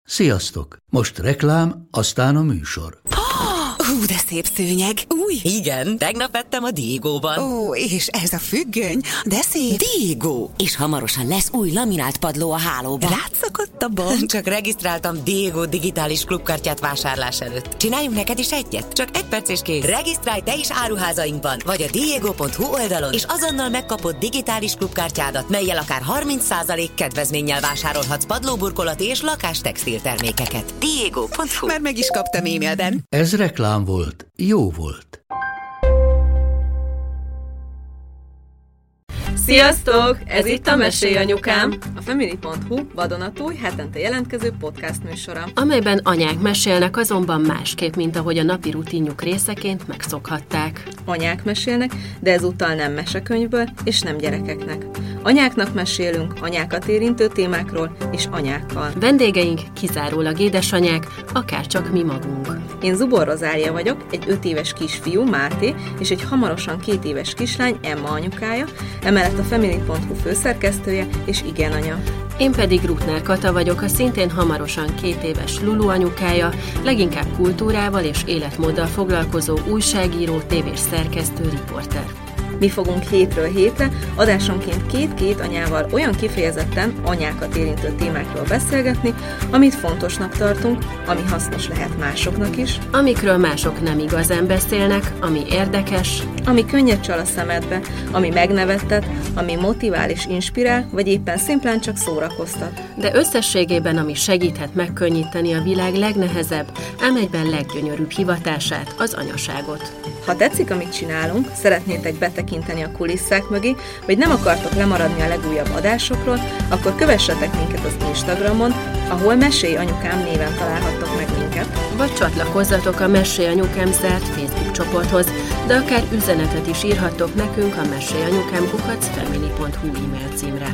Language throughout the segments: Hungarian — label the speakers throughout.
Speaker 1: Sziasztok! Most reklám, aztán a műsor.
Speaker 2: De szép szőnyeg. Új.
Speaker 3: Igen, tegnap vettem a Diegóban.
Speaker 2: Ó, és ez a függöny, de szép.
Speaker 3: Diegó! És hamarosan lesz új laminált padló a hálóban.
Speaker 2: Rátszakadt a bank.
Speaker 3: Csak regisztráltam Diegó digitális klubkártyát vásárlás előtt. Csináljunk neked is egyet? Csak 1 perc és kész. Regisztrálj te is áruházainkban, vagy a diego.hu oldalon, és azonnal megkapod digitális klubkártyádat, mellyel akár 30% kedvezménnyel vásárolhatsz padlóburkolati és lakástextil termékeket. Diego.hu.
Speaker 2: Már meg is kaptam e-mailben.
Speaker 1: Ez reklám volt, jó volt.
Speaker 4: Sziasztok! Ez itt a Mesélj Anyukám, a Family.hu vadonatúj, hetente jelentkező podcast műsora,
Speaker 5: amelyben anyák mesélnek, azonban másképp, mint ahogy a napi rutinjuk részeként megszokhatták.
Speaker 4: Anyák mesélnek, de ezúttal nem mesekönyvből és nem gyerekeknek. Anyáknak mesélünk, anyákat érintő témákról és anyákkal.
Speaker 5: Vendégeink kizárólag édesanyák, akárcsak mi magunk.
Speaker 4: Én Zubor Rozália vagyok, egy 5 éves kisfiú, Máté, és egy hamarosan 2 éves kislány, Emma anyukája, emellett a Family.hu főszerkesztője és igen anya.
Speaker 5: Én pedig Rutner Kata vagyok, a szintén hamarosan 2 éves Lulu anyukája, leginkább kultúrával és életmóddal foglalkozó újságíró, tévés szerkesztő, riporter.
Speaker 4: Mi fogunk hétről hétre, adásonként 2 anyával olyan kifejezetten anyákat érintő témákról beszélgetni, amit fontosnak tartunk, ami hasznos lehet másoknak is,
Speaker 5: amikről mások nem igazán beszélnek, ami érdekes,
Speaker 4: ami könnyed csal a szemedbe, ami megnevettet, ami motivál és inspirál, vagy éppen szimplán csak szórakoztat.
Speaker 5: De összességében, ami segíthet megkönnyíteni a világ legnehezebb, ám egyben leggyönyörűbb hivatását, az anyaságot.
Speaker 4: Ha tetszik, amit csinálunk, szeretnétek betekinteni a kulisszák mögé, vagy nem akartok lemaradni a legújabb adásokról, akkor kövessetek minket az Instagramon, ahol Mesélj Anyukám néven találhattok meg minket.
Speaker 5: Vagy csatlakozzatok a Mesélj Anyukám zárt Facebook csoporthoz, de akár üzenetet is írhattok nekünk a mesélyanyukám@family.hu e-mail címre.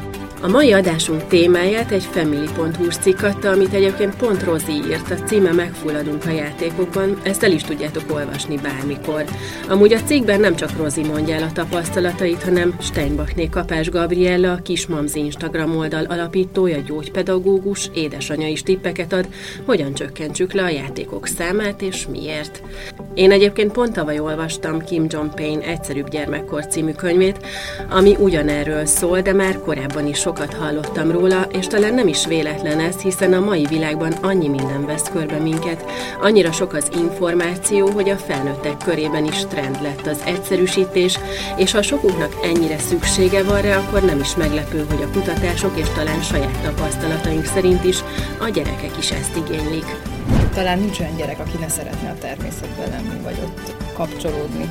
Speaker 5: A mai adásunk témáját egy Family.hu-s cikk adta, amit egyébként pont Rozi írt, a címe Megfulladunk a játékokban, ezt el is tudjátok olvasni bármikor. Amúgy a cikkben nem csak Rozi mondja el a tapasztalatait, hanem Steinbachné Kapás Gabriella, a Kismamzi Instagram oldal alapítója, gyógypedagógus, édesanya is tippeket ad, hogyan csökkentsük le a játékok számát és miért. Én egyébként pont tavaly olvastam Kim Jong-Payne Egyszerűbb gyermekkor című könyvét, ami ugyanerről szól, de már korábban is sokat hallottam róla, és talán nem is véletlen ez, hiszen a mai világban annyi minden vesz körbe minket, annyira sok az információ, hogy a felnőttek körében is trend lett az egyszerűsítés, és ha sokunknak ennyire szüksége van rá, akkor nem is meglepő, hogy a kutatások és talán saját tapasztalataink szerint is a gyerekek is ezt igénylik.
Speaker 6: Talán nincs olyan gyerek, aki ne szeretne a természetben lenni, vagy ott kapcsolódni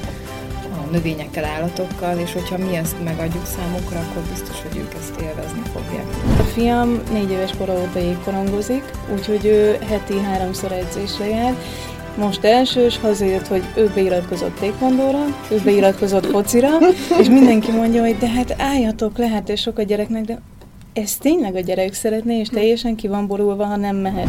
Speaker 6: a növényekkel, állatokkal, és hogyha mi ezt megadjuk számukra, akkor biztos, hogy ők ezt élvezni fogják.
Speaker 7: A fiam 4 éves kora óta jégkorongozik, úgyhogy ő heti 3-szor edzésre jár. Most elsős, hazajött, hogy ő beiratkozott taekwondóra, ő beiratkozott focira, és mindenki mondja, hogy de hát álljatok le, hát ez sok a gyereknek, de ez tényleg a gyerek szeretné, és teljesen ki van borulva, ha nem mehet.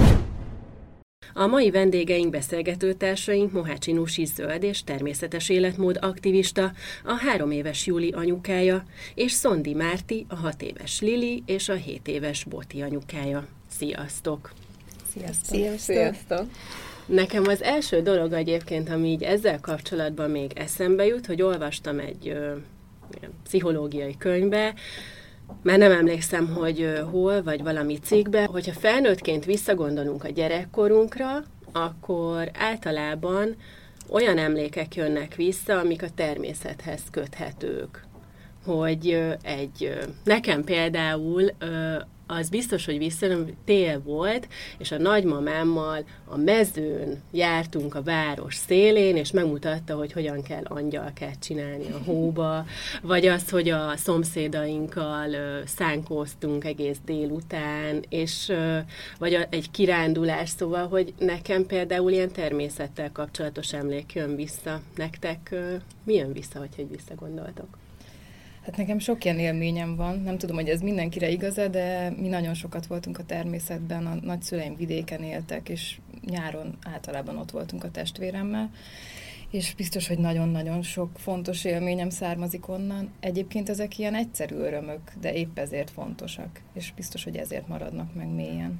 Speaker 5: A mai vendégeink, beszélgetőtársaink Mohácsi Nusi zöld és természetes életmód aktivista, a 3 éves Juli anyukája, és Szondi Márti, a 6 éves Lili és a 7 éves Boti anyukája. Sziasztok!
Speaker 6: Sziasztok!
Speaker 4: Sziasztok!
Speaker 5: Nekem az első dolog egyébként, ami így ezzel kapcsolatban még eszembe jut, hogy olvastam egy pszichológiai könyvbe, már nem emlékszem, hogy hol, vagy valami cikkbe, hogyha felnőttként visszagondolunk a gyerekkorunkra, akkor általában olyan emlékek jönnek vissza, amik a természethez köthetők. Hogy nekem például az biztos, hogy visszajön, tél volt, és a nagymamámmal a mezőn jártunk a város szélén, és megmutatta, hogy hogyan kell angyalkát csinálni a hóba, vagy az, hogy a szomszédainkkal szánkóztunk egész délután, és vagy egy kirándulás, szóval, hogy nekem például ilyen természettel kapcsolatos emlék jön vissza. Nektek mi jön vissza, hogyha visszagondoltok?
Speaker 6: Hát nekem sok ilyen élményem van, nem tudom, hogy ez mindenkire igaz-e, de mi nagyon sokat voltunk a természetben, a nagyszüleim vidéken éltek, és nyáron általában ott voltunk a testvéremmel, és biztos, hogy nagyon-nagyon sok fontos élményem származik onnan. Egyébként ezek ilyen egyszerű örömök, de épp ezért fontosak, és biztos, hogy ezért maradnak meg mélyen.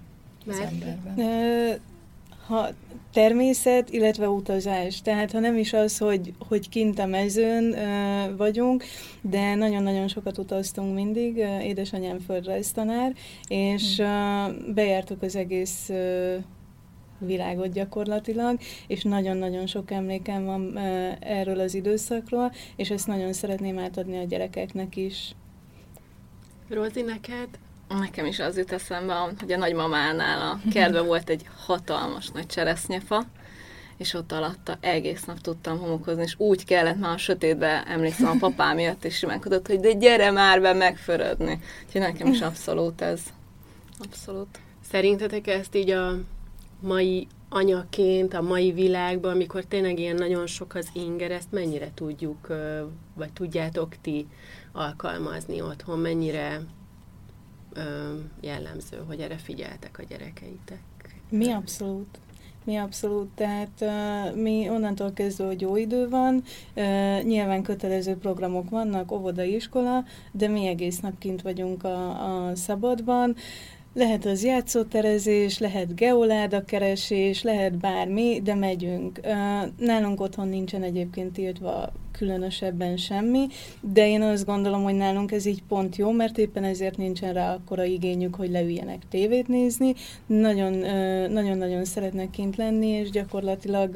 Speaker 6: az
Speaker 5: Mert
Speaker 6: emberben.
Speaker 7: Ha természet, illetve utazás. Tehát ha nem is az, hogy kint a mezőn vagyunk, de nagyon-nagyon sokat utaztunk mindig. Édesanyám földrajztanár, és bejártuk az egész világot gyakorlatilag, és nagyon-nagyon sok emlékem van erről az időszakról, és ezt nagyon szeretném átadni a gyerekeknek is.
Speaker 5: Rózi, neked?
Speaker 4: Nekem is az jut eszembe, hogy a nagymamánál a kertben volt egy hatalmas nagy cseresznyefa, és ott alatta egész nap tudtam homokozni, és úgy kellett már a sötétbe, emlékszem, a papám miatt is simánkodott, hogy de gyere már be megförödni. Úgyhogy nekem is abszolút ez. Abszolút.
Speaker 5: Szerintetek ezt így a mai anyaként, a mai világban, amikor tényleg ilyen nagyon sok az inger, ezt mennyire tudjuk, vagy tudjátok ti alkalmazni otthon, mennyire jellemző, hogy erre figyeltek a gyerekeitek?
Speaker 7: Mi abszolút. Tehát mi onnantól kezdve, hogy jó idő van, nyilván kötelező programok vannak, óvodai iskola, de mi egész nap kint vagyunk a szabadban. Lehet az játszóterezés, lehet geoládakeresés, lehet bármi, de megyünk. Nálunk otthon nincsen egyébként tiltva különösebben semmi, de én azt gondolom, hogy nálunk ez így pont jó, mert éppen ezért nincsen rá akkora igényük, hogy leüljenek tévét nézni. Nagyon-nagyon szeretnek kint lenni, és gyakorlatilag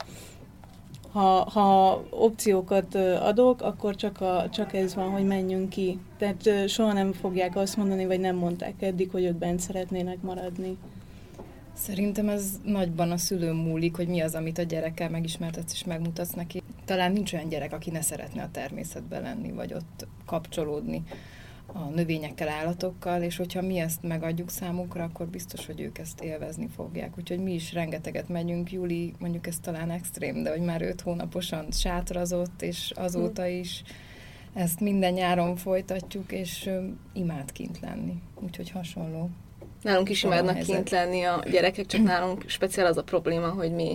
Speaker 7: ha opciókat adok, akkor csak ez van, hogy menjünk ki. Tehát soha nem fogják azt mondani, vagy nem mondták eddig, hogy ők bent szeretnének maradni.
Speaker 6: Szerintem ez nagyban a szülőn múlik, hogy mi az, amit a gyerekkel megismertetsz és megmutatsz neki. Talán nincs olyan gyerek, aki ne szeretne a természetben lenni, vagy ott kapcsolódni a növényekkel, állatokkal, és hogyha mi ezt megadjuk számukra, akkor biztos, hogy ők ezt élvezni fogják. Úgyhogy mi is rengeteget megyünk. Júli, mondjuk ez talán extrém, de hogy már 5 hónaposan sátrazott, és azóta is ezt minden nyáron folytatjuk, és imád kint lenni. Úgyhogy hasonló.
Speaker 4: Nálunk is imádnak kint lenni a gyerekek, csak nálunk speciál az a probléma, hogy mi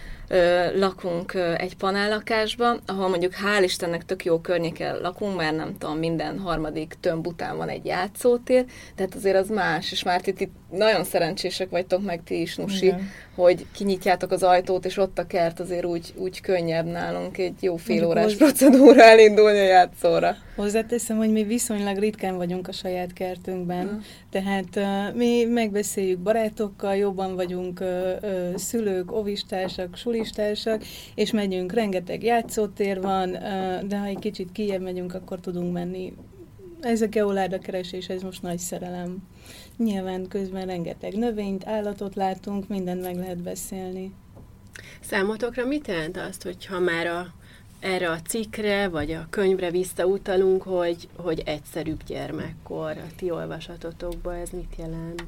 Speaker 4: lakunk egy panellakásban, ahol mondjuk hál' Istennek tök jó környéken lakunk, mert nem tudom, minden harmadik tömb után van egy játszótér, tehát azért az más, és már ti nagyon szerencsések vagytok, meg ti is, Nusi, igen, hogy kinyitjátok az ajtót, és ott a kert azért úgy könnyebb nálunk egy jó félórás procedúra elindulni a játszóra.
Speaker 7: Hozzáteszem, hogy mi viszonylag ritkán vagyunk a saját kertünkben, tehát mi megbeszéljük barátokkal, jobban vagyunk szülők, ovistársak, sulistársak, és megyünk, rengeteg játszótér van, de ha egy kicsit kijebb megyünk, akkor tudunk menni. Ez a geoládakeresés, ez most nagy szerelem. Nyilván közben rengeteg növényt, állatot látunk, mindent meg lehet beszélni.
Speaker 5: Számotokra mit jelent azt, hogyha már erre a cikkre, vagy a könyvre visszautalunk, hogy egyszerűbb gyermekkor, a ti olvasatotokban ez mit jelent?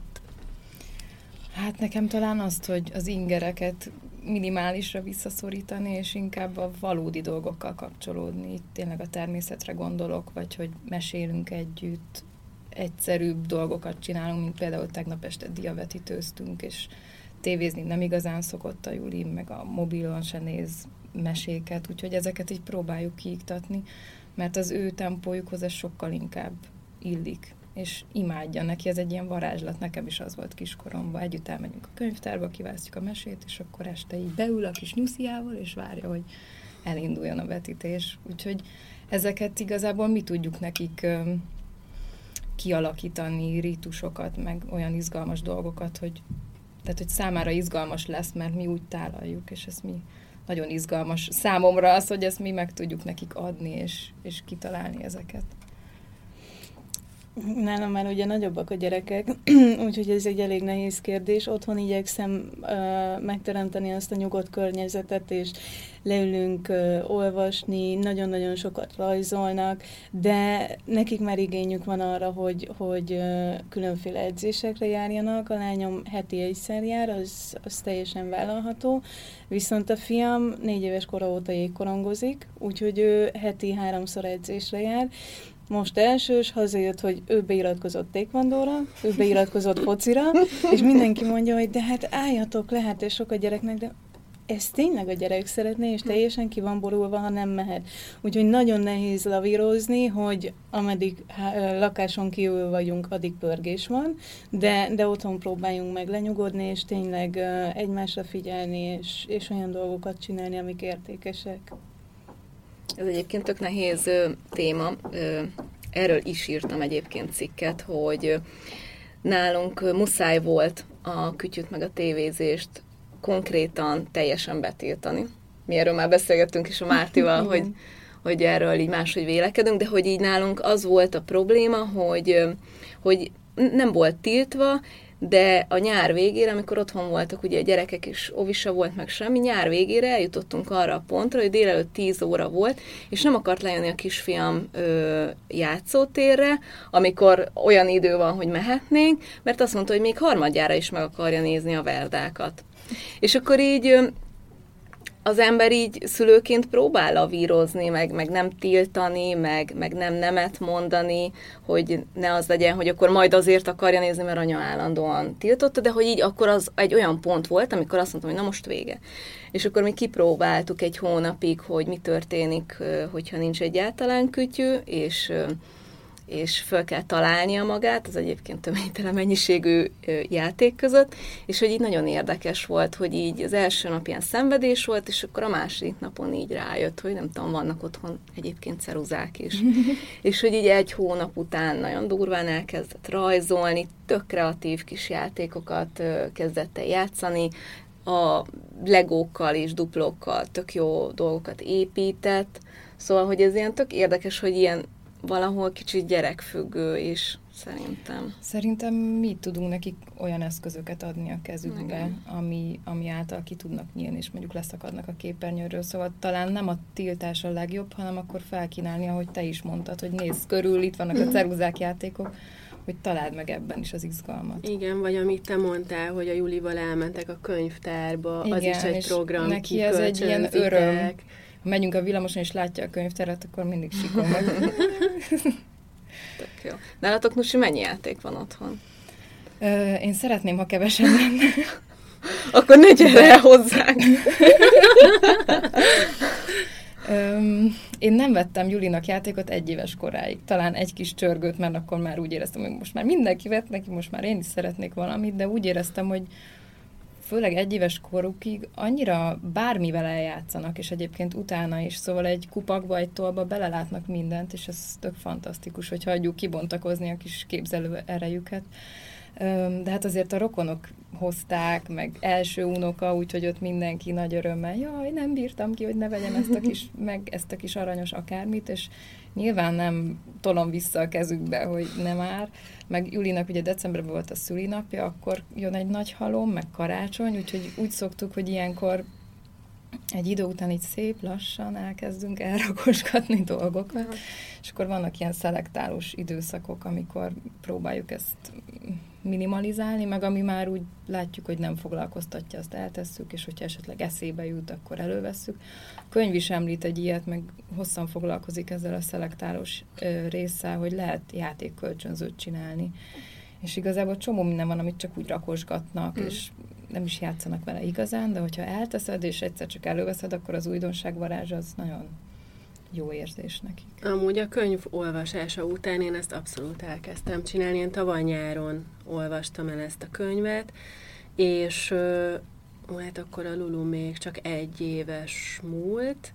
Speaker 6: Hát nekem talán azt, hogy az ingereket minimálisra visszaszorítani, és inkább a valódi dolgokkal kapcsolódni. Itt tényleg a természetre gondolok, vagy hogy mesélünk együtt, egyszerűbb dolgokat csinálunk, mint például tegnap este diavetítőztünk, és tévézni nem igazán szokott a Juli, meg a mobilon se néz meséket, úgyhogy ezeket így próbáljuk kiiktatni, mert az ő tempójukhoz ez sokkal inkább illik, és imádja neki, ez egy ilyen varázslat, nekem is az volt kiskoromban, együtt elmegyünk a könyvtárba, kiválasztjuk a mesét, és akkor este így beül a kis nyusziával, és várja, hogy elinduljon a vetítés, úgyhogy ezeket igazából mi tudjuk nekik kialakítani, rítusokat, meg olyan izgalmas dolgokat, hogy számára izgalmas lesz, mert mi úgy tálaljuk, és ez mi nagyon izgalmas számomra az, hogy ezt mi meg tudjuk nekik adni, és kitalálni ezeket.
Speaker 7: Nálam már ugye nagyobbak a gyerekek, úgyhogy ez egy elég nehéz kérdés. Otthon igyekszem megteremteni azt a nyugodt környezetet, és leülünk olvasni, nagyon-nagyon sokat rajzolnak, de nekik már igényük van arra, hogy különféle edzésekre járjanak. A lányom heti egyszer jár, az teljesen vállalható, viszont a fiam 4 éves kora óta jégkorongozik, úgyhogy ő heti 3-szor edzésre jár. Most elsős, hazajött, hogy ő beiratkozott taekwondóra, ő beiratkozott focira, és mindenki mondja, hogy de hát álljatok le, hát ez sok a gyereknek, de ezt tényleg a gyerek szeretné, és teljesen ki van borulva, ha nem mehet. Úgyhogy nagyon nehéz lavírozni, hogy ameddig lakáson kívül vagyunk, addig pörgés van, de otthon próbáljunk meg lenyugodni, és tényleg egymásra figyelni, és olyan dolgokat csinálni, amik értékesek.
Speaker 4: Ez egyébként tök nehéz téma. Erről is írtam egyébként cikket, hogy nálunk muszáj volt a kütyüt meg a tévézést konkrétan teljesen betiltani. Mi erről már beszélgettünk is a Mártival, hogy erről így máshogy vélekedünk, de hogy így nálunk az volt a probléma, hogy nem volt tiltva, de a nyár végére, amikor otthon voltak ugye a gyerekek is, óvisa volt meg semmi, nyár végére eljutottunk arra a pontra, hogy délelőtt 10 óra volt, és nem akart lejönni a kisfiam játszótérre, amikor olyan idő van, hogy mehetnénk, mert azt mondta, hogy még harmadjára is meg akarja nézni a Verdákat. És akkor így az ember így szülőként próbál lavírozni, meg nem tiltani, meg nem nemet mondani, hogy ne az legyen, hogy akkor majd azért akarja nézni, mert anya állandóan tiltotta, de hogy így akkor az egy olyan pont volt, amikor azt mondtam, hogy na most vége. És akkor mi kipróbáltuk egy hónapig, hogy mi történik, hogyha nincs egyáltalán kütyű, és föl kell találnia magát, az egyébként töménytelen mennyiségű játék között, és hogy így nagyon érdekes volt, hogy így az első nap ilyen szenvedés volt, és akkor a második napon így rájött, hogy nem tudom, vannak otthon egyébként ceruzák is. És hogy így egy hónap után nagyon durván elkezdett rajzolni, tök kreatív kis játékokat kezdett el játszani, a legókkal és duplókkal tök jó dolgokat épített, szóval, hogy ez ilyen tök érdekes, hogy ilyen valahol kicsit gyerekfüggő is, szerintem.
Speaker 6: Szerintem mi tudunk nekik olyan eszközöket adni a kezükbe, ami által ki tudnak nyílni, és mondjuk leszakadnak a képernyőről. Szóval talán nem a tiltás a legjobb, hanem akkor felkínálni, ahogy te is mondtad, hogy nézd körül, itt vannak a ceruzák játékok, hogy találd meg ebben is az izgalmat.
Speaker 5: Igen, vagy amit te mondtál, hogy a Julival elmentek a könyvtárba, igen, az is egy program,
Speaker 6: neki ez egy ilyen öröm. Ha megyünk a villamoson és látja a könyvtárat, akkor mindig sikon meg.
Speaker 4: Tök jó. Nálatok, Nusi, mennyi játék van otthon?
Speaker 6: Én szeretném, ha kevesebb lenne.
Speaker 4: Akkor ne gyere el hozzánk!
Speaker 6: Én nem vettem Julinak játékot 1 éves koráig. Talán egy kis csörgőt, mert akkor már úgy éreztem, hogy most már mindenki vett neki, most már én is szeretnék valamit, de úgy éreztem, hogy főleg 1 éves korukig annyira bármivel eljátszanak, és egyébként utána is, szóval egy kupakba, egy tollba belelátnak mindent, és ez tök fantasztikus, hogy hagyjuk kibontakozni a kis képzelő erejüket. De hát azért a rokonok hozták, meg első unoka, úgyhogy ott mindenki nagy örömmel, jaj, nem bírtam ki, hogy ne vegyem ezt a kis aranyos akármit, és nyilván nem tolom vissza a kezükbe, hogy nem már. Meg Julinak ugye decemberben volt a szülinapja, akkor jön egy nagy halom, meg karácsony, úgyhogy úgy szoktuk, hogy ilyenkor egy idő után így szép lassan elkezdünk elrakosgatni dolgokat, és akkor vannak ilyen szelektálós időszakok, amikor próbáljuk ezt minimalizálni, meg ami már úgy látjuk, hogy nem foglalkoztatja, azt eltesszük, és hogyha esetleg eszébe jut, akkor elővesszük. A könyv is említ egy ilyet, meg hosszan foglalkozik ezzel a szelektálós résszel, hogy lehet játékkölcsönzőt csinálni. És igazából csomó minden van, amit csak úgy rakosgatnak, és nem is játszanak vele igazán, de hogyha elteszed, és egyszer csak előveszed, akkor az újdonság varázsa az nagyon jó érzés nekik.
Speaker 5: Amúgy a könyv olvasása után én ezt abszolút elkezdtem csinálni. Én tavaly nyáron olvastam el ezt a könyvet, és hát akkor a Lulu még csak 1 éves múlt,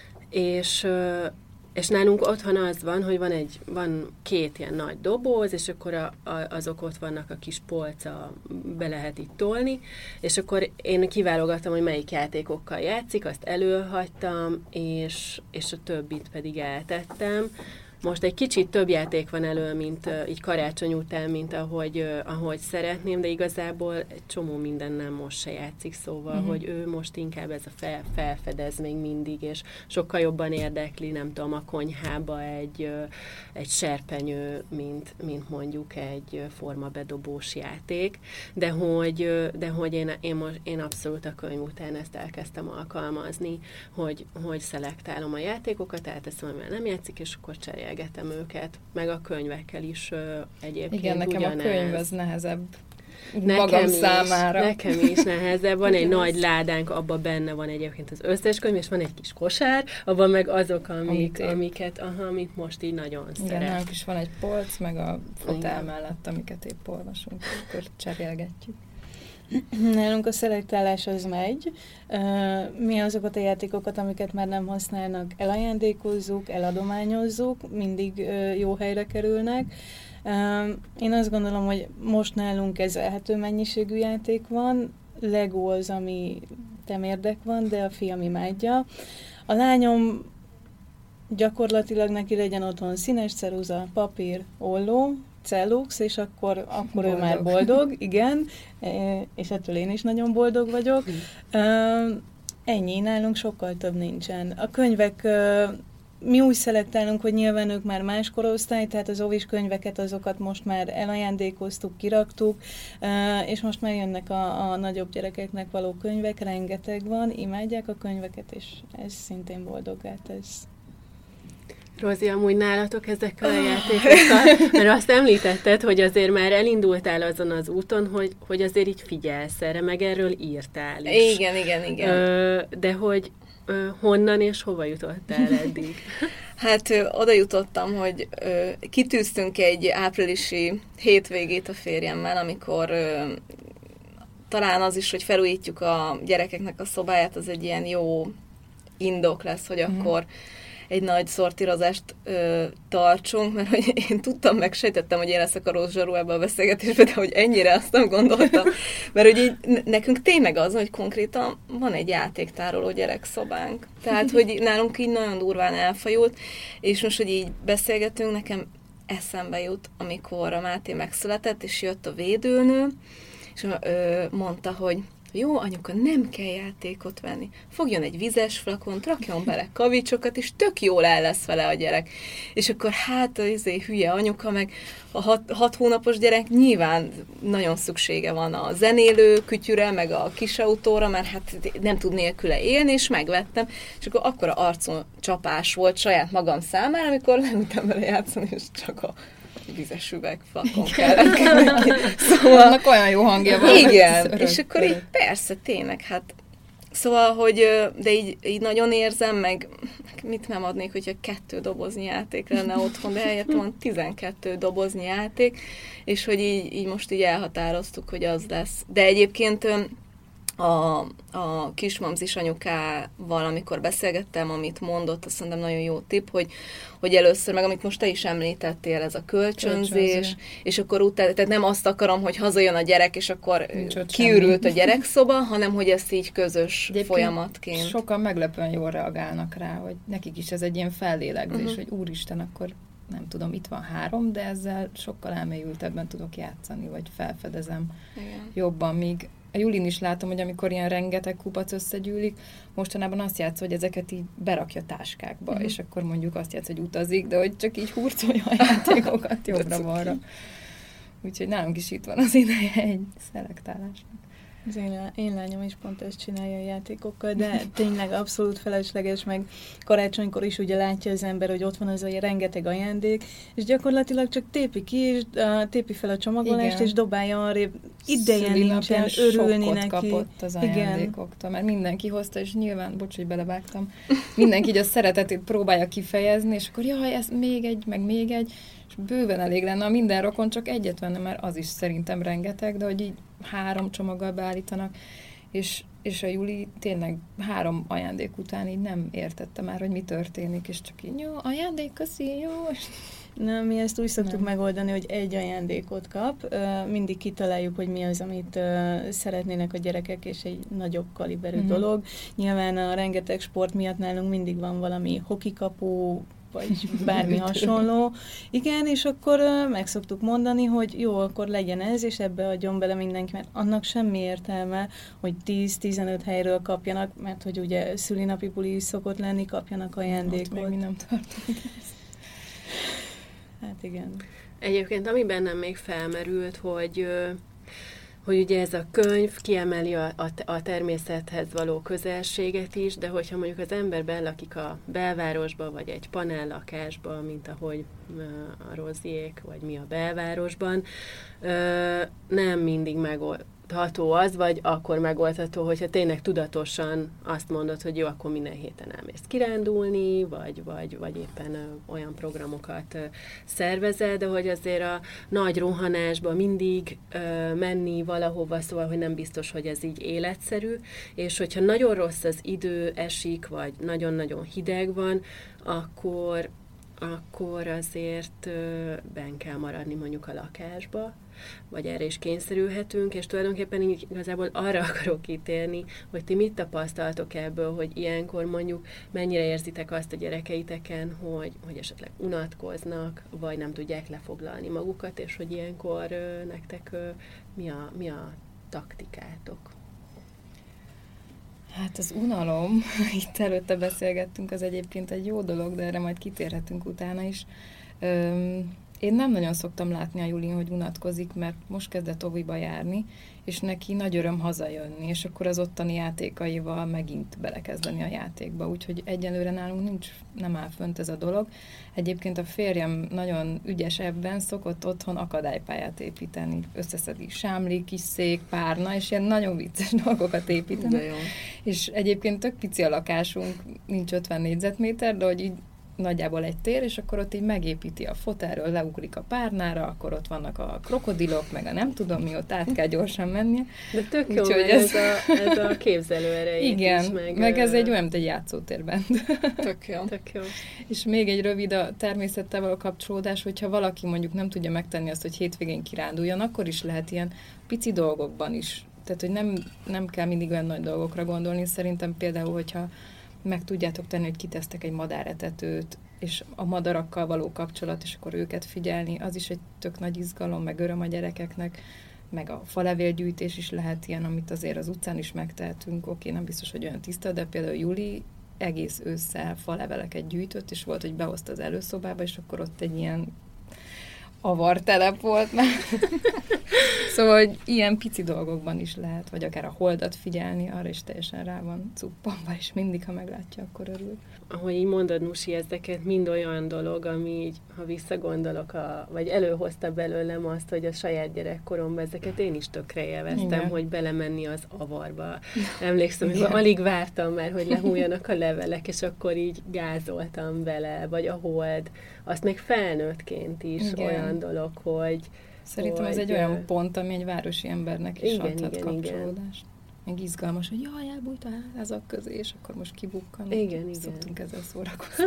Speaker 5: és nálunk otthon az van, hogy van 2 ilyen nagy doboz, és akkor azok ott vannak a kis polca, be lehet itt tolni, és akkor én kiválogattam, hogy melyik játékokkal játszik, azt előhagytam, és a többit pedig eltettem. Most egy kicsit több játék van elő, mint így karácsony után, mint ahogy szeretném, de igazából egy csomó mindennel most se játszik, szóval, hogy ő most inkább ez a felfedez még mindig, és sokkal jobban érdekli, nem tudom, a konyhába egy serpenyő, mint mondjuk egy formabedobós játék, de hogy én abszolút a könyv után ezt elkezdtem alkalmazni, hogy szelektálom a játékokat, elteszem, amivel nem játszik, és akkor cserélgetem őket, meg a könyvekkel is egyébként.
Speaker 6: Igen, nekem
Speaker 5: ugyanez.
Speaker 6: A könyv az nehezebb. magam számára.
Speaker 5: Nekem is nehezebb. Van egy nagy ládánk, abban benne van egyébként az összes könyv, és van egy kis kosár, abban meg azok, amit most így nagyon szeret.
Speaker 6: Igen, nálunk is van egy polc, meg a fotel mellett, amiket épp olvasunk, akkor cserélgetjük.
Speaker 7: Nálunk a szelektálás az megy. Mi azokat a játékokat, amiket már nem használnak, elajándékozzuk, eladományozzuk, mindig jó helyre kerülnek. Én azt gondolom, hogy most nálunk kezelhető mennyiségű játék van. Lego az, ami temérdek van, de a fiam imádja. A lányom gyakorlatilag neki legyen otthon színes ceruza, papír, olló, cellux, és akkor ő már boldog, igen, és ettől én is nagyon boldog vagyok. Ennyi, nálunk sokkal több nincsen. A könyvek, mi úgy szelektálunk, hogy nyilván ők már más korosztály, tehát az óvis könyveket, azokat most már elajándékoztuk, kiraktuk, és most már jönnek a nagyobb gyerekeknek való könyvek, rengeteg van, imádják a könyveket, és ez szintén boldoggá tesz.
Speaker 5: Rozi, amúgy nálatok ezekkel a játékokkal, mert azt említetted, hogy azért már elindultál azon az úton, hogy azért így figyelsz erre, meg erről írtál is.
Speaker 7: Igen.
Speaker 5: De hogy honnan és hova jutottál eddig?
Speaker 4: Hát oda jutottam, hogy kitűztünk egy áprilisi hétvégét a férjemmel, amikor talán az is, hogy felújítjuk a gyerekeknek a szobáját, az egy ilyen jó indok lesz, hogy akkor egy nagy szortírozást tartsunk, mert hogy én tudtam, megsejtettem, hogy én leszek a rossz zsarú ebbe a beszélgetésbe, de hogy ennyire azt nem gondoltam. Mert hogy így nekünk tényleg az, hogy konkrétan van egy játéktároló gyerekszobánk. Tehát, hogy nálunk így nagyon durván elfajult, és most, hogy így beszélgetünk, nekem eszembe jut, amikor a Máté megszületett, és jött a védőnő, és mondta, hogy jó, anyuka, nem kell játékot venni. Fogjon egy vizes flakont, rakjon bele kavicsokat, és tök jól el lesz vele a gyerek. És akkor hát hülye anyuka, meg a 6 hónapos gyerek nyilván nagyon szüksége van a zenélő kütyüre, meg a kis autóra, mert hát nem tud nélküle élni, és megvettem. És akkor akkora arcon csapás volt saját magam számára, amikor leültem vele játszani, és csak a vizes üvegflakon kellett neki. Szóval...
Speaker 6: Annak olyan jó hangja van.
Speaker 4: Igen, és akkor így persze, tényleg, hát szóval, hogy de így nagyon érzem, meg mit nem adnék, hogyha 2 doboznyi játék lenne otthon, de helyett van 12 doboznyi játék, és hogy így most így elhatároztuk, hogy az lesz. De egyébként a kismamzis anyukával, amikor beszélgettem, amit mondott, azt mondom, nagyon jó tipp, hogy először, meg amit most te is említettél, ez a kölcsönzés, és akkor utána, tehát nem azt akarom, hogy hazajön a gyerek, és akkor kiürült a gyerekszoba, hanem hogy ezt így közös egyébként folyamatként.
Speaker 6: Sokan meglepően jól reagálnak rá, hogy nekik is ez egy ilyen fellélegzés, hogy úristen, akkor nem tudom, itt van 3, de ezzel sokkal elmélyültebben tudok játszani, vagy felfedezem jobban, míg a Julin is látom, hogy amikor ilyen rengeteg kupac összegyűlik, mostanában azt játsz, hogy ezeket így berakja táskákba, és akkor mondjuk azt játsz, hogy utazik, de hogy csak így hurcolja a játékokat jobbra-balra. Úgyhogy nálunk is itt van az ideje egy szelektálásnak.
Speaker 7: Az én lányom is pont ezt csinálja a játékokkal, de tényleg abszolút felesleges, meg karácsonykor is ugye látja az ember, hogy ott van az a rengeteg ajándék, és gyakorlatilag csak tépi ki, és tépi fel a csomagolást, és dobálja arrébb. Ideje nincsen örülni neki.
Speaker 6: Kapott az ajándékoktól, mert mindenki hozta, és nyilván, bocs, hogy belevágtam, mindenki így a szeretetét próbálja kifejezni, és akkor jaj, ez még egy, meg még egy, és bőven elég lenne, a minden rokon csak egyet venne, mert az is szerintem rengeteg, de hogy így 3 csomaggal beállítanak, és a Juli tényleg 3 ajándék után így nem értette már, hogy mi történik, és csak így, jó, ajándék, köszi, jó.
Speaker 7: Na, mi ezt úgy szoktuk megoldani, hogy egy ajándékot kap. Mindig kitaláljuk, hogy mi az, amit szeretnének a gyerekek, és egy nagyobb kaliberű dolog. Nyilván a rengeteg sport miatt nálunk mindig van valami hokikapu, vagy bármi hasonló. Igen, és akkor meg szoktuk mondani, hogy jó, akkor legyen ez, és ebbe adjon bele mindenki, mert annak semmi értelme, hogy 10-15 helyről kapjanak, mert hogy ugye szülinapi buli is szokott lenni, kapjanak ajándékot.
Speaker 6: Ott még nem tartunk.
Speaker 7: Hát igen.
Speaker 5: Egyébként, ami bennem még felmerült, hogy hogy ugye ez a könyv kiemeli a természethez való közelséget is, de hogyha mondjuk az ember belakik a belvárosba, vagy egy panellakásba, mint ahogy a Roziék, vagy mi a belvárosban, nem mindig megoldható az, vagy akkor megoldható, hogyha tényleg tudatosan azt mondod, hogy jó, akkor minden héten elmész kirándulni, vagy éppen olyan programokat szervezel, de hogy azért a nagy rohanásba mindig menni valahova, szóval, hogy nem biztos, hogy ez így életszerű, és hogyha nagyon rossz az idő, esik, vagy nagyon-nagyon hideg van, akkor azért benn kell maradni mondjuk a lakásba, vagy erre is kényszerülhetünk, és tulajdonképpen így igazából arra akarok kitérni, hogy ti mit tapasztaltok ebből, hogy ilyenkor mondjuk mennyire érzitek azt a gyerekeiteken, hogy esetleg unatkoznak, vagy nem tudják lefoglalni magukat, és hogy ilyenkor nektek mi a taktikátok?
Speaker 6: Hát az unalom, itt előtte beszélgettünk, az egyébként egy jó dolog, de erre majd kitérhetünk utána is. Én nem nagyon szoktam látni a Julin, hogy unatkozik, mert most kezdett óviba járni, és neki nagy öröm hazajönni, és akkor az ottani játékaival megint belekezdeni a játékba. Úgyhogy egyelőre nálunk nem áll fönt ez a dolog. Egyébként a férjem nagyon ügyes ebben, szokott otthon akadálypályát építeni. Összeszedi sámli, kis szék, párna, és ilyen nagyon vicces dolgokat építeni. És egyébként tök pici a lakásunk, nincs 50 négyzetméter, de hogy így nagyjából egy tér, és akkor ott így megépíti a fotelről, leugrik a párnára, akkor ott vannak a krokodilok, meg a nem tudom mi, ott át kell gyorsan mennie.
Speaker 5: De tök jó, ez a képzelőerejét
Speaker 6: igen,
Speaker 5: is.
Speaker 6: meg ez egy olyan, mint egy játszótérben.
Speaker 5: Tök jó.
Speaker 6: És még egy rövid a természettel való kapcsolódás, hogyha valaki mondjuk nem tudja megtenni azt, hogy hétvégén kiránduljon, akkor is lehet ilyen pici dolgokban is. Tehát, hogy nem kell mindig olyan nagy dolgokra gondolni. Szerintem például, hogyha meg tudjátok tenni, hogy kitesztek egy madáretetőt, és a madarakkal való kapcsolat, és akkor őket figyelni, az is egy tök nagy izgalom, meg öröm a gyerekeknek, meg a falevélgyűjtés is lehet ilyen, amit azért az utcán is megtehetünk. Oké, nem biztos, hogy olyan tiszta, de például Juli egész ősszel faleveleket gyűjtött, és volt, hogy behozta az előszobába, és akkor ott egy ilyen avartelep volt már. Szóval, hogy ilyen pici dolgokban is lehet, vagy akár a holdat figyelni, arra is teljesen rá van cuppanva, és mindig, ha meglátja, akkor örül.
Speaker 5: Ahogy így mondod, Nusi, ezeket mind olyan dolog, ami így, ha visszagondolok, vagy előhozta belőlem azt, hogy a saját gyerekkoromban ezeket én is tökre élveztem, igen, hogy belemenni az avarba. Emlékszem, hogy alig vártam már, hogy lehújjanak a levelek, és akkor így gázoltam vele, vagy a hold. Azt még felnőttként is igen, olyan dolog, hogy
Speaker 6: szerintem ez egy olyan pont, ami egy városi embernek is adhat kapcsolódást. Meg izgalmas, hogy jaj, elbújt a házak közé, és akkor most kibukkan.
Speaker 5: Igen.
Speaker 6: Szoktunk ezzel szórakozni.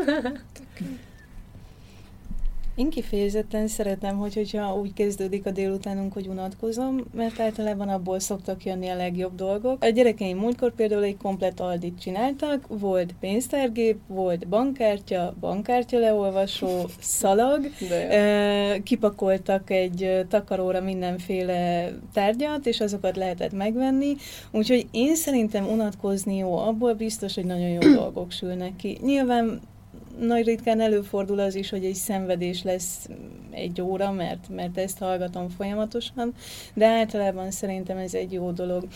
Speaker 7: Én kifejezetten szeretem, hogyha úgy kezdődik a délutánunk, hogy unatkozom, mert általában abból szoktak jönni a legjobb dolgok. A gyerekeim múltkor például egy komplett Aldit csináltak, volt pénztárgép, volt bankkártya leolvasó, szalag, kipakoltak egy takaróra mindenféle tárgyat, és azokat lehetett megvenni, úgyhogy én szerintem unatkozni jó, abból biztos, hogy nagyon jó dolgok sülnek ki. Nyilván nagy ritkán előfordul az is, hogy egy szenvedés lesz 1 óra, mert ezt hallgatom folyamatosan, de általában szerintem ez egy jó dolog.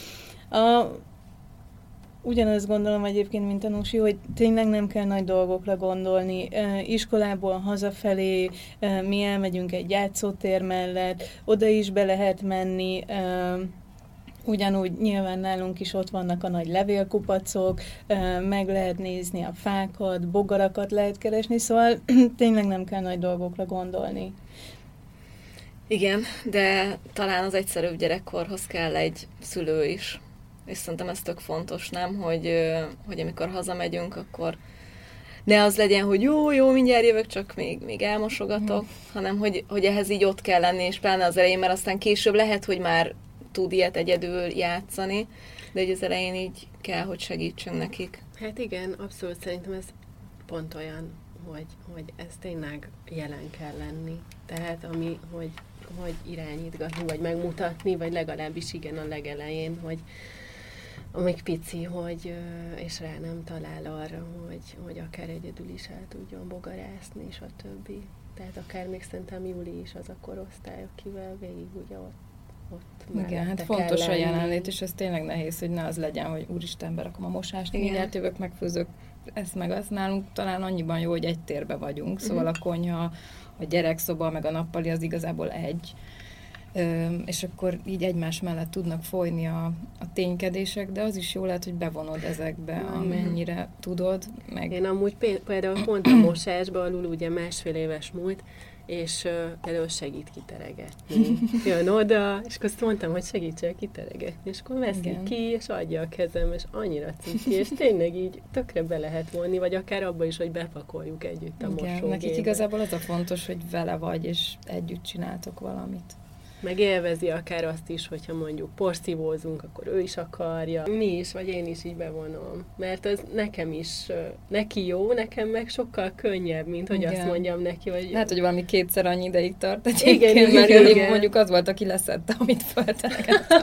Speaker 7: Ugyanazt gondolom egyébként, mint a Nusi, hogy tényleg nem kell nagy dolgokra gondolni. Iskolából hazafelé mi elmegyünk egy játszótér mellett, oda is be lehet menni, ugyanúgy nyilván nálunk is ott vannak a nagy levélkupacok, meg lehet nézni a fákat, bogarakat lehet keresni, szóval tényleg nem kell nagy dolgokra gondolni.
Speaker 8: Igen, de talán az egyszerűbb gyerekkorhoz kell egy szülő is. És szerintem ez tök fontos, nem? Hogy amikor hazamegyünk, akkor ne az legyen, hogy jó, mindjárt jövök, csak még elmosogatok, hanem hogy ehhez így ott kell lenni, és pláne az elején, mert aztán később lehet, hogy már tud ilyet egyedül játszani, de hogy az elején így kell, hogy segítsünk nekik.
Speaker 5: Hát igen, abszolút szerintem ez pont olyan, hogy ez tényleg jelen kell lenni. Tehát hogy irányítgatni, vagy megmutatni, vagy legalábbis igen a legelején, hogy amíg pici, és rá nem talál arra, hogy akár egyedül is el tudjon bogarászni, és a többi. Tehát akár még szerintem Júli is az a korosztály, akivel végig ugye ott
Speaker 6: Igen, hát fontos a jelenlét, és ez tényleg nehéz, hogy ne az legyen, hogy úristen, berakom a mosást, mindjárt jövök, megfőzök ezt meg azt. Nálunk talán annyiban jó, hogy egy térbe vagyunk, szóval a konyha, a gyerekszoba, meg a nappali az igazából egy. És akkor így egymás mellett tudnak folyni a ténykedések, de az is jó lehet, hogy bevonod ezekbe, amennyire tudod. Meg...
Speaker 5: Én amúgy például pont a mosásban, a Lulu ugye 1,5 éves múlt, és például segít kiteregetni. Jön oda, és akkor azt mondtam, hogy segítsél kiteregetni, és akkor veszi ki, és adja a kezem, és annyira ciki, és tényleg így tökre be lehet vonni, vagy akár abba is, hogy bepakoljuk együtt a mosógépbe.
Speaker 6: Nekik igazából az a fontos, hogy vele vagy, és együtt csináltok valamit.
Speaker 5: Meg élvezi akár azt is, hogyha mondjuk porszívózunk, akkor ő is akarja. Mi is, vagy én is így bevonom. Mert az nekem is, neki jó, nekem meg sokkal könnyebb, mint hogy azt mondjam neki, hogy...
Speaker 6: Lehet, hogy valami 2-szer annyi ideig tart.
Speaker 5: Igen.
Speaker 6: Mondjuk az volt, aki leszedte, amit feltenegettem.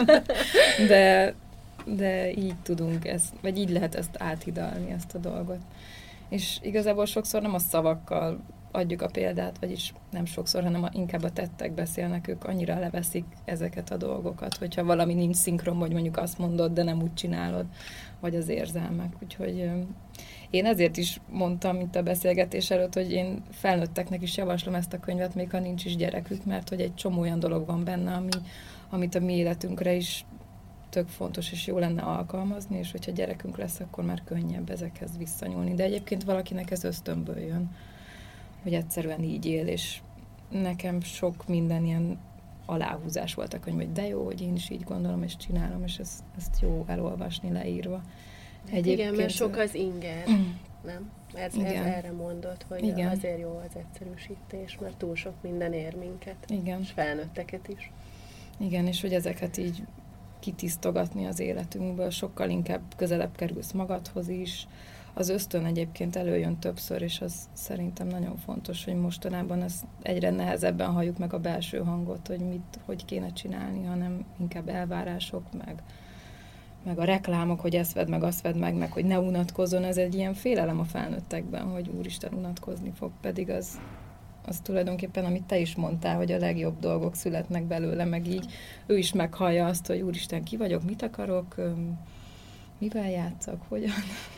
Speaker 6: De így tudunk ezt, vagy így lehet ezt áthidalni, ezt a dolgot. És igazából sokszor nem a szavakkal adjuk a példát, vagyis nem sokszor, hanem inkább a tettek beszélnek, ők annyira leveszik ezeket a dolgokat, hogyha valami nincs szinkron, vagy mondjuk azt mondod, de nem úgy csinálod, vagy az érzelmek. Úgyhogy én ezért is mondtam itt a beszélgetés előtt, hogy én felnőtteknek is javaslom ezt a könyvet, még ha nincs is gyerekük, mert hogy egy csomó olyan dolog van benne, amit a mi életünkre is tök fontos, és jó lenne alkalmazni, és hogyha gyerekünk lesz, akkor már könnyebb ezekhez visszanyúlni. De egyébként valakinek ez ösztönből jön, hogy egyszerűen így él, és nekem sok minden ilyen aláhúzás volt a könyv, hogy de jó, hogy én is így gondolom, és csinálom, és ezt jó elolvasni, leírva.
Speaker 5: Egyébként... Igen, mert sok az inger, nem? Ez erre mondott, hogy azért jó az egyszerűsítés, mert túl sok minden ér minket, és felnőtteket is.
Speaker 6: Igen, és hogy ezeket így kitisztogatni az életünkből, sokkal inkább közelebb kerülsz magadhoz is. Az ösztön egyébként előjön többször, és az szerintem nagyon fontos, hogy mostanában ezt egyre nehezebben halljuk meg a belső hangot, hogy hogy kéne csinálni, hanem inkább elvárások, meg a reklámok, hogy ezt vedd meg, azt vedd meg, hogy ne unatkozzon. Ez egy ilyen félelem a felnőttekben, hogy úristen, unatkozni fog, pedig az tulajdonképpen, amit te is mondtál, hogy a legjobb dolgok születnek belőle, meg így ő is meghallja azt, hogy úristen, ki vagyok, mit akarok, mivel játszak, hogyan...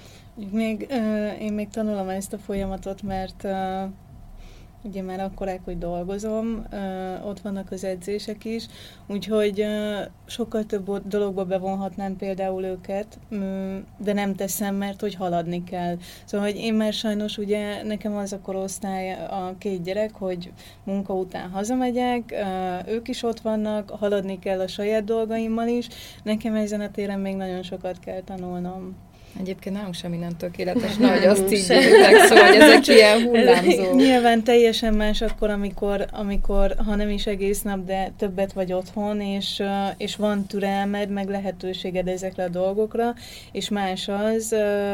Speaker 7: Én még tanulom ezt a folyamatot, mert ugye már akkorák, hogy dolgozom, ott vannak az edzések is, úgyhogy sokkal több dologba bevonhatnám például őket, de nem teszem, mert hogy haladni kell. Szóval, hogy én már sajnos ugye nekem az a korosztály a 2 gyerek, hogy munka után hazamegyek, ők is ott vannak, haladni kell a saját dolgaimmal is, nekem ezen a téren még nagyon sokat kell tanulnom.
Speaker 6: Egyébként nálunk sem minden tökéletes, nehogy azt így jöttek, szóval hogy ezek ilyen hullámzó.
Speaker 7: Nyilván teljesen más akkor, amikor, ha nem is egész nap, de többet vagy otthon, és van türelmed, meg lehetőséged ezekre a dolgokra, és más az,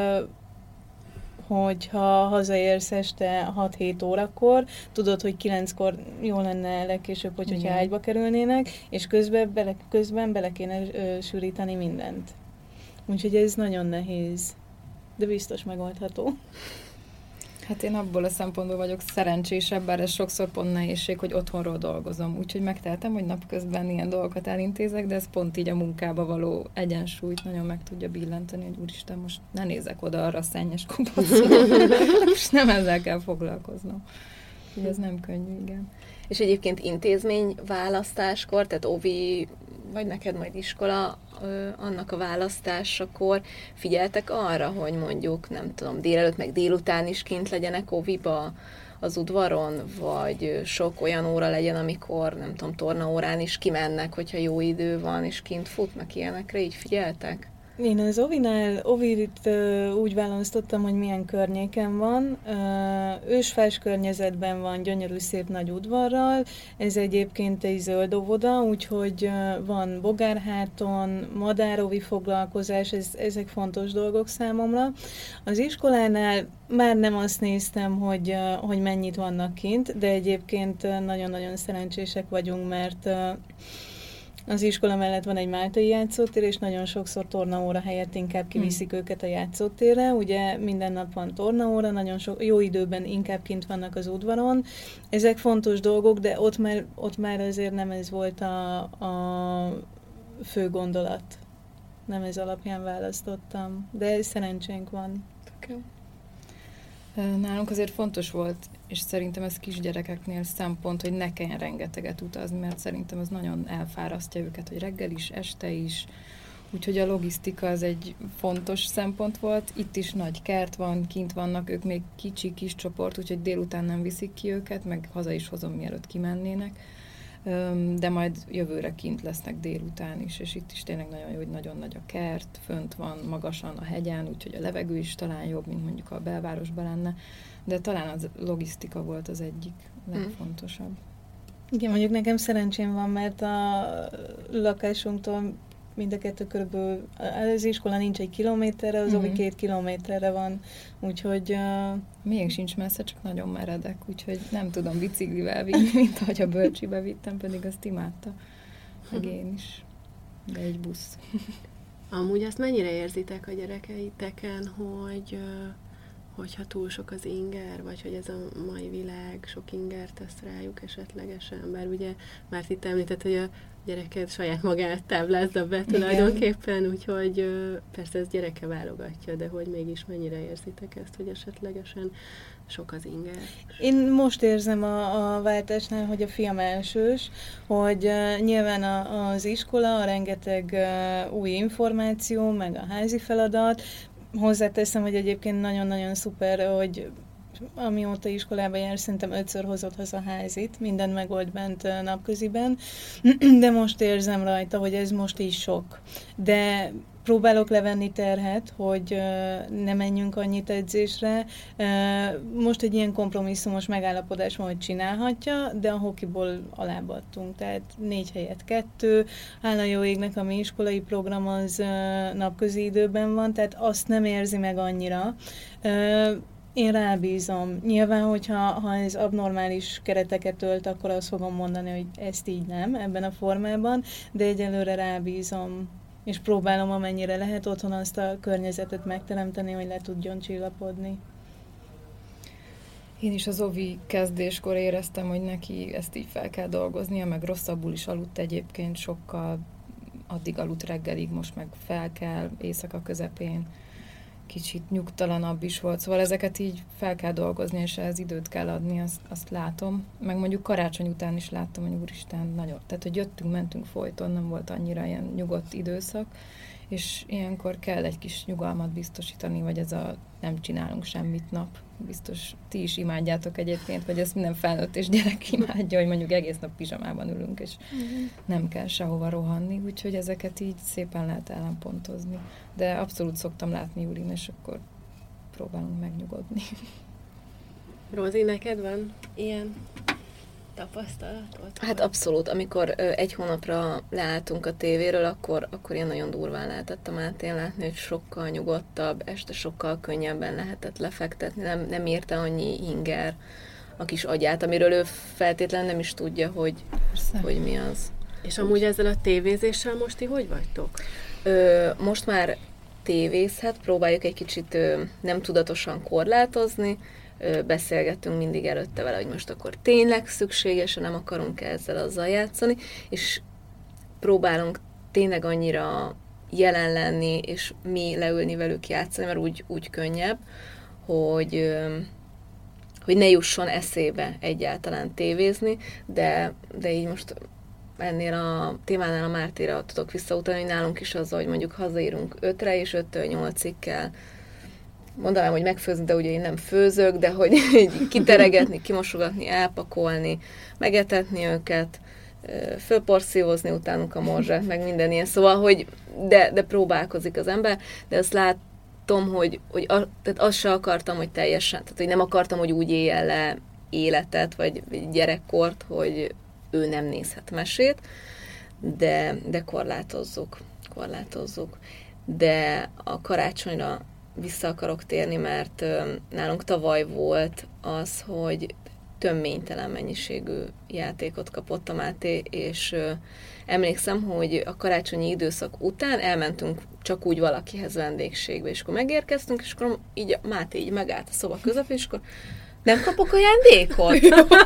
Speaker 7: hogyha hazaérsz este 6-7 órakor, tudod, hogy 9-kor jó lenne legkésőbb, hogyha ágyba kerülnének, és közben bele kéne sűríteni mindent. Úgyhogy ez nagyon nehéz, de biztos megoldható.
Speaker 6: Hát én abból a szempontból vagyok szerencsésebb, bár ez sokszor pont nehézség, hogy otthonról dolgozom. Úgyhogy megtehetem, hogy napközben ilyen dolgokat elintézek, de ez pont így a munkába való egyensúlyt nagyon meg tudja billenteni, hogy úristen, most ne nézek oda arra a szennyes kopaszra. Most nem ezzel kell foglalkoznom. Úgyhogy ez nem könnyű, igen.
Speaker 8: És egyébként intézmény választáskor, tehát óvi, vagy neked majd iskola, annak a választásakor figyeltek arra, hogy mondjuk, nem tudom, délelőtt meg délután is kint legyenek óviba az udvaron, vagy sok olyan óra legyen, amikor, nem tudom, tornaórán is kimennek, hogyha jó idő van, és kint futnak, ilyenekre így figyeltek?
Speaker 7: Én az Ovit úgy választottam, hogy milyen környéken van. Ősfás környezetben van, gyönyörű szép nagy udvarral. Ez egyébként egy zöld óvoda, úgyhogy van bogárháton, madárovi foglalkozás, ezek fontos dolgok számomra. Az iskolánál már nem azt néztem, hogy mennyit vannak kint, de egyébként nagyon-nagyon szerencsések vagyunk, mert Az iskola mellett van egy máltai játszótér, és nagyon sokszor tornaóra helyett inkább kiviszik őket a játszótérre. Ugye minden nap van tornaóra, nagyon jó időben inkább kint vannak az udvaron. Ezek fontos dolgok, de ott már azért nem ez volt a fő gondolat. Nem ez alapján választottam, de szerencsénk van.
Speaker 8: Okay.
Speaker 6: Nálunk azért fontos volt, és szerintem ez kisgyerekeknél szempont, hogy ne kelljen rengeteget utazni, mert szerintem ez nagyon elfárasztja őket, hogy reggel is, este is. Úgyhogy a logisztika az egy fontos szempont volt. Itt is nagy kert van, kint vannak, ők még kicsi, kis csoport, úgyhogy délután nem viszik ki őket, meg haza is hozom, mielőtt kimennének. De majd jövőre kint lesznek délután is, és itt is tényleg nagyon jó, hogy nagyon nagy a kert, fönt van magasan a hegyen, úgyhogy a levegő is talán jobb, mint mondjuk a belvárosban lenne, de talán az logisztika volt az egyik legfontosabb.
Speaker 7: Igen, mondjuk nekem szerencsém van, mert a lakásunktól mind a kettő körülbelül, az iskola nincs 1 kilométerre, az óvi 2 kilométerre van, úgyhogy...
Speaker 6: Még sincs messze, csak nagyon meredek, úgyhogy nem tudom biciklivel vinni, mint ahogy a bölcsibe vittem, pedig azt imádta, meg én is, de egy busz.
Speaker 9: Amúgy azt mennyire érzitek a gyerekeiteken, hogyha túl sok az inger, vagy hogy ez a mai világ sok inger tesz rájuk esetlegesen, bár ugye már itt említett, hogy a gyereket saját magát táblázza be tulajdonképpen, úgyhogy persze ez gyereke válogatja, de hogy mégis mennyire érzitek ezt, hogy esetlegesen sok az inger?
Speaker 7: Én most érzem a váltásnál, hogy a fiam elsős, hogy nyilván az iskola, a rengeteg új információ, meg a házi feladat. Hozzáteszem, hogy egyébként nagyon-nagyon szuper, hogy amióta iskolába jár, szerintem 5-ször hozott haza házit, mindent megold bent napköziben, de most érzem rajta, hogy ez most is sok. De próbálok levenni terhet, hogy ne menjünk annyit edzésre. Most egy ilyen kompromisszumos megállapodás van, hogy csinálhatja, de a hokiból alábbadtunk. Tehát 4 helyett 2. Hála jó égnek, a mi iskolai program az napközi időben van, tehát azt nem érzi meg annyira. Én rábízom. Nyilván, hogyha ez abnormális kereteket ölt, akkor azt fogom mondani, hogy ezt így nem, ebben a formában, de egyelőre rábízom. És próbálom, amennyire lehet otthon azt a környezetet megteremteni, hogy le tudjon csillapodni.
Speaker 6: Én is az ovi kezdéskor éreztem, hogy neki ezt így fel kell dolgoznia, meg rosszabbul is aludt egyébként, sokkal addig aludt reggelig, most meg fel kell éjszaka közepén. Kicsit nyugtalanabb is volt, szóval ezeket így fel kell dolgozni, és ehhez időt kell adni, azt látom. Meg mondjuk karácsony után is láttam, hogy úristen, nagyon. Tehát, hogy jöttünk, mentünk folyton, nem volt annyira ilyen nyugodt időszak, és ilyenkor kell egy kis nyugalmat biztosítani, vagy ez a nem csinálunk semmit nap. Biztos ti is imádjátok egyébként, vagy ezt minden felnőtt és gyerek imádja, hogy mondjuk egész nap pizsamában ülünk, és nem kell sehova rohanni, úgyhogy ezeket így szépen lehet ellenpontozni. De abszolút szoktam látni Julin, és akkor próbálunk megnyugodni.
Speaker 9: Rózi, neked van ilyen tapasztalatod?
Speaker 8: Hát abszolút. Amikor 1 hónapra leálltunk a tévéről, akkor ilyen nagyon durván lehetett a Mátén látni, hogy sokkal nyugodtabb, este sokkal könnyebben lehetett lefektetni, nem érte annyi inger a kis agyát, amiről ő feltétlenül nem is tudja, hogy mi az.
Speaker 9: És amúgy ezzel a tévézéssel most ti hogy vagytok?
Speaker 8: Most már tévézhet, próbáljuk egy kicsit nem tudatosan korlátozni, beszélgettünk mindig előtte vele, hogy most akkor tényleg szükséges, nem akarunk ezzel azzal játszani, és próbálunk tényleg annyira jelen lenni, és mi leülni velük játszani, mert úgy könnyebb, hogy ne jusson eszébe egyáltalán tévézni, de így most ennél a témánál a Mártéra tudok visszautalni, hogy nálunk is az, hogy mondjuk hazaírunk 5-re, és 5-től 8-ig kell. Mondanám, hogy megfőzni, de ugye én nem főzök, de hogy kiteregetni, kimosogatni, elpakolni, megetetni őket, fölporszívozni utánuk a morzsát, meg minden ilyen. Szóval, hogy de próbálkozik az ember, de azt látom, hogy tehát azt se akartam, hogy teljesen, tehát hogy nem akartam, hogy úgy éljen le életet, vagy gyerekkort, hogy ő nem nézhet mesét, de korlátozzuk. De a karácsonyra vissza akarok térni, mert nálunk tavaly volt az, hogy töménytelen mennyiségű játékot kapott a Máté, és emlékszem, hogy a karácsonyi időszak után elmentünk csak úgy valakihez vendégségbe, és akkor megérkeztünk, és akkor így Máté így megállt a szoba közepén, és akkor nem kapok ajándékot?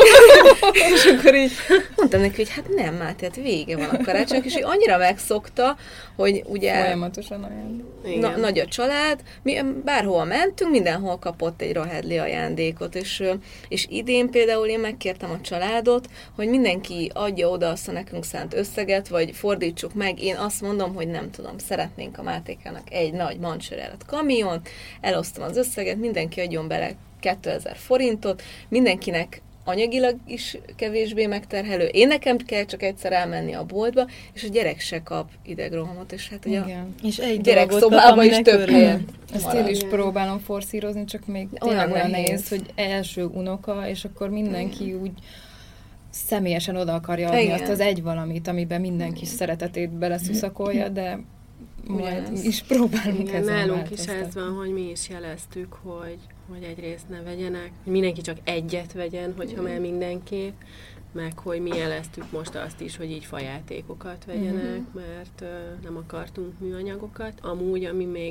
Speaker 8: És akkor így mondtam neki, hogy hát nem, Máté, hát vége van a karácsonynak, és így annyira megszokta, hogy ugye
Speaker 6: folyamatosan ajándék.
Speaker 8: Nagy a család, mi bárhol mentünk, mindenhol kapott egy rohedli ajándékot, és idén például én megkértem a családot, hogy mindenki adja oda azt a nekünk szánt összeget, vagy fordítsuk meg, én azt mondom, hogy nem tudom, szeretnénk a Mátékának egy nagy mancsőrelet kamion, elosztom az összeget, mindenki adjon bele 2000 forintot, mindenkinek anyagilag is kevésbé megterhelő, én nekem kell csak egyszer elmenni a boltba, és a gyerek se kap idegrohamot, és hát ugye
Speaker 6: és egy
Speaker 8: gyerek szobában is több helyen.
Speaker 6: Ezt én is próbálom forszírozni, csak még tényleg olyan nehéz, hogy első unoka, és akkor mindenki úgy személyesen oda akarja adni azt az egy valamit, amiben mindenki szeretetét beleszuszakolja, de majd is próbálunk ezen
Speaker 9: nálunk is ez van, hogy mi is jeleztük, hogy egyrészt ne vegyenek, hogy mindenki csak egyet vegyen, hogyha már mindenki, meg hogy mi jeleztük most azt is, hogy így fajátékokat vegyenek, mert nem akartunk műanyagokat. Amúgy,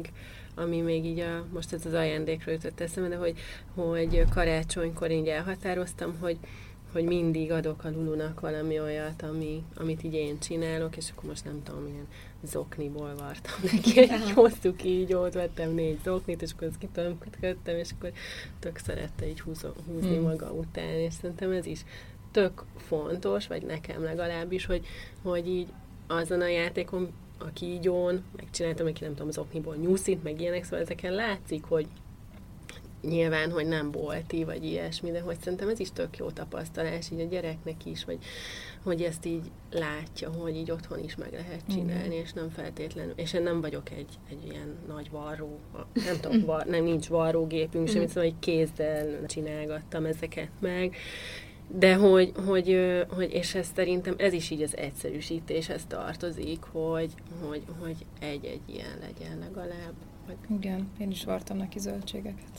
Speaker 9: ami még így most ez az ajándékról jutott eszembe, de hogy karácsonykor így elhatároztam, hogy mindig adok a Lulunak valami olyat, amit így én csinálok, és akkor most nem tudom, ilyen zokniból vartam neki egy hosszú kígyót, vettem 4 zoknit, és akkor ezt kitömködtem, és akkor tök szerette így húzni maga után, és szerintem ez is tök fontos, vagy nekem legalábbis, hogy így azon a játékon, a kígyón, megcsináltam neki, nem tudom, zokniból nyúszit, meg ilyenek, szóval ezeken látszik, hogy nyilván, hogy nem bolti, vagy ilyesmi, de hogy szerintem ez is tök jó tapasztalás, így a gyereknek is, hogy ezt így látja, hogy így otthon is meg lehet csinálni, és nem feltétlenül, és én nem vagyok egy ilyen nagy varró, nem tudom, nincs varrógépünk sem, szóval egy kézzel csinálgattam ezeket meg, de hogy és ez szerintem ez is így az egyszerűsítéshez tartozik, hogy egy ilyen legyen legalább.
Speaker 6: Igen, én is vartam neki zöldségeket.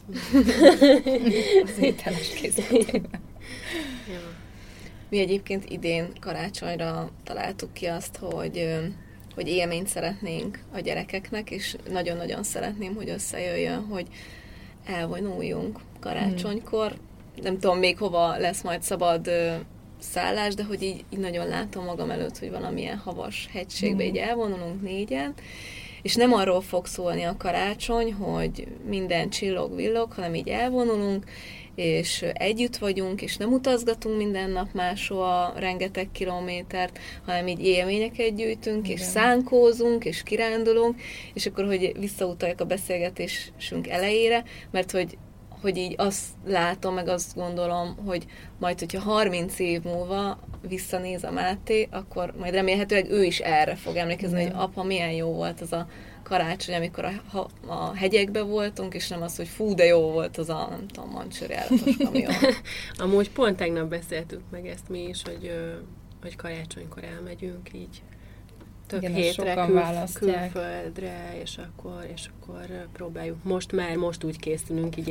Speaker 6: Az ételes készletében.
Speaker 8: Ja. Mi egyébként idén karácsonyra találtuk ki azt, hogy élményt szeretnénk a gyerekeknek, és nagyon-nagyon szeretném, hogy összejöjjön, hogy elvonuljunk karácsonykor. Nem tudom még hova lesz majd szabad szállás, de hogy így nagyon látom magam előtt, hogy valamilyen havas hegységbe így elvonulunk 4-en, és nem arról fog szólni a karácsony, hogy minden csillog-villog, hanem így elvonulunk, és együtt vagyunk, és nem utazgatunk minden nap máshova rengeteg kilométert, hanem így élményeket gyűjtünk, és szánkózunk, és kirándulunk, és akkor, hogy visszautaljak a beszélgetésünk elejére, mert hogy így azt látom, meg azt gondolom, hogy majd, hogyha 30 év múlva visszanéz a Máté, akkor majd remélhetőleg ő is erre fog emlékezni, hogy apa, milyen jó volt az a karácsony, amikor a hegyekben voltunk, és nem az, hogy fú, de jó volt az a, nem tudom, mancsőrjáratos kamion.
Speaker 9: Amúgy pont tegnap beszéltük meg ezt mi is, hogy karácsonykor elmegyünk így több hétre külföldre, és akkor próbáljuk. Most úgy készülünk így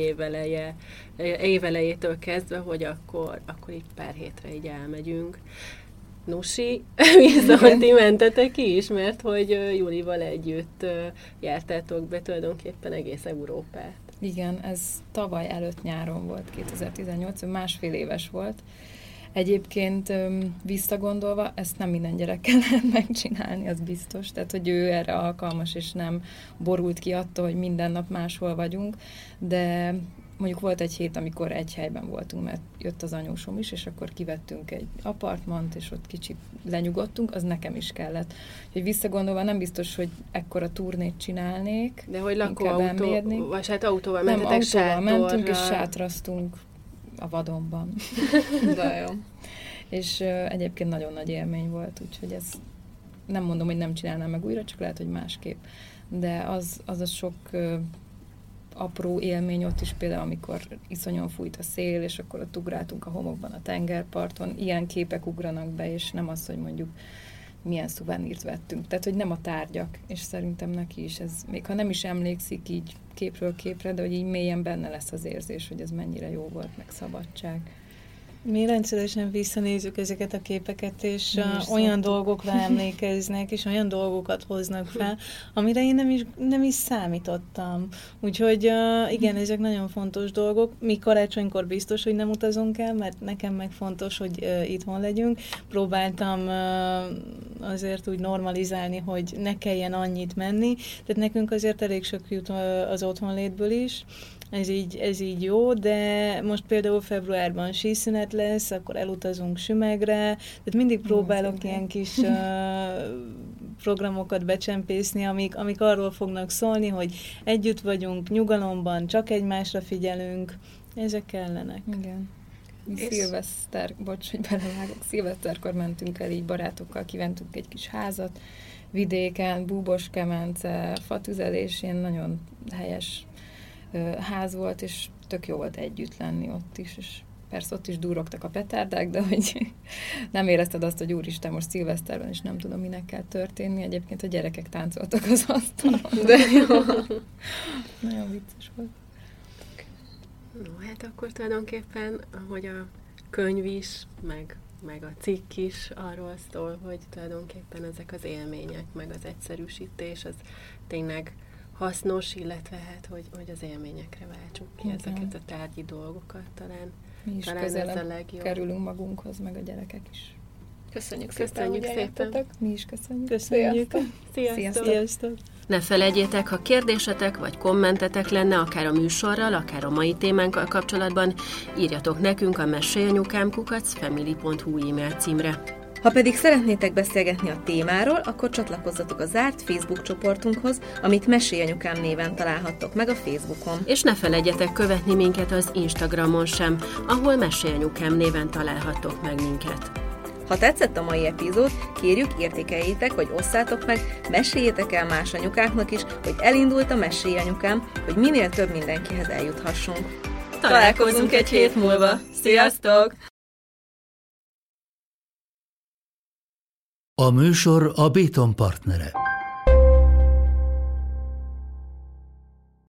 Speaker 9: évelejétől kezdve, hogy akkor így pár hétre így elmegyünk. Nusi, viszont ti mentetek ki is, mert hogy Julival együtt jártátok be tulajdonképpen egész Európát.
Speaker 6: Igen, ez tavaly előtt nyáron volt, 2018, másfél éves volt. Egyébként visszagondolva, ezt nem minden gyerekkel lehet megcsinálni, az biztos. Tehát, hogy ő erre alkalmas, és nem borult ki attól, hogy minden nap máshol vagyunk. De mondjuk volt egy hét, amikor egy helyben voltunk, mert jött az anyósom is, és akkor kivettünk egy apartmant, és ott kicsit lenyugodtunk, az nekem is kellett. Úgyhogy visszagondolva nem biztos, hogy ekkora turnét csinálnék.
Speaker 9: De hogy lakóautó, vagy hát autóval mentetek
Speaker 6: sátorra? Nem, autóval mentünk, és sátraztunk a vadonban.
Speaker 8: De jó.
Speaker 6: És egyébként nagyon nagy élmény volt, úgyhogy ez nem mondom, hogy nem csinálnám meg újra, csak lehet, hogy másképp. De az a sok apró élmény ott is, például amikor iszonyan fújt a szél, és akkor ott ugráltunk a homokban a tengerparton, ilyen képek ugranak be, és nem az, hogy mondjuk milyen szuvenírt vettünk. Tehát, hogy nem a tárgyak, és szerintem neki is ez, még ha nem is emlékszik így képről képre, de hogy így mélyen benne lesz az érzés, hogy ez mennyire jó volt, meg szabadság.
Speaker 7: Mi rendszeresen visszanézzük ezeket a képeket, és olyan dolgokra emlékeznek, és olyan dolgokat hoznak fel, amire én nem is számítottam. Úgyhogy igen, ezek nagyon fontos dolgok. Mi karácsonykor biztos, hogy nem utazunk el, mert nekem meg fontos, hogy itthon legyünk. Próbáltam azért úgy normalizálni, hogy ne kelljen annyit menni, tehát nekünk azért elég sok jut az otthonlétből is. Ez így jó, de most például februárban síszünet lesz, akkor elutazunk Sümegre, tehát mindig próbálok ilyen kis programokat becsempészni, amik arról fognak szólni, hogy együtt vagyunk, nyugalomban, csak egymásra figyelünk, ezek kellenek.
Speaker 6: Igen. Szilveszterkor mentünk el így barátokkal, kiventünk egy kis házat vidéken, búbos kemence, fatüzelés, ilyen nagyon helyes ház volt, és tök jó volt együtt lenni ott is, és persze ott is durrogtak a petárdák, de hogy nem érezted azt, hogy úristen, most szilveszterben is nem tudom, minek kell történni. Egyébként a gyerekek táncoltak az asztalon. De jó. Nagyon vicces volt.
Speaker 9: No, hát akkor tulajdonképpen, ahogy a könyv is, meg a cikk is arról szól, hogy tulajdonképpen ezek az élmények, meg az egyszerűsítés, az tényleg hasznos, illetve hát, hogy az élményekre váltsuk ki ezeket a tárgyi dolgokat, talán
Speaker 6: közelebb ez a legjobb. Kerülünk magunkhoz, meg a gyerekek is.
Speaker 8: Köszönjük
Speaker 6: szépen. Mi is köszönjük.
Speaker 7: Sziasztok.
Speaker 5: Ne felejtjétek, ha kérdésetek vagy kommentetek lenne akár a műsorral, akár a mai témánkkal kapcsolatban, írjatok nekünk a mesélyanyukám@family.hu e-mail címre.
Speaker 4: Ha pedig szeretnétek beszélgetni a témáról, akkor csatlakozzatok a zárt Facebook csoportunkhoz, amit Mesélyanyukám néven találhattok meg a Facebookon.
Speaker 5: És ne felejtjetek követni minket az Instagramon sem, ahol Mesélyanyukám néven találhattok meg minket.
Speaker 4: Ha tetszett a mai epizód, kérjük értékeljétek, vagy osszátok meg, meséljétek el más anyukáknak is, hogy elindult a Mesélyanyukám, hogy minél több mindenkihez eljuthassunk.
Speaker 5: Találkozunk egy hét múlva. Sziasztok!
Speaker 1: A műsor a Béton partnere.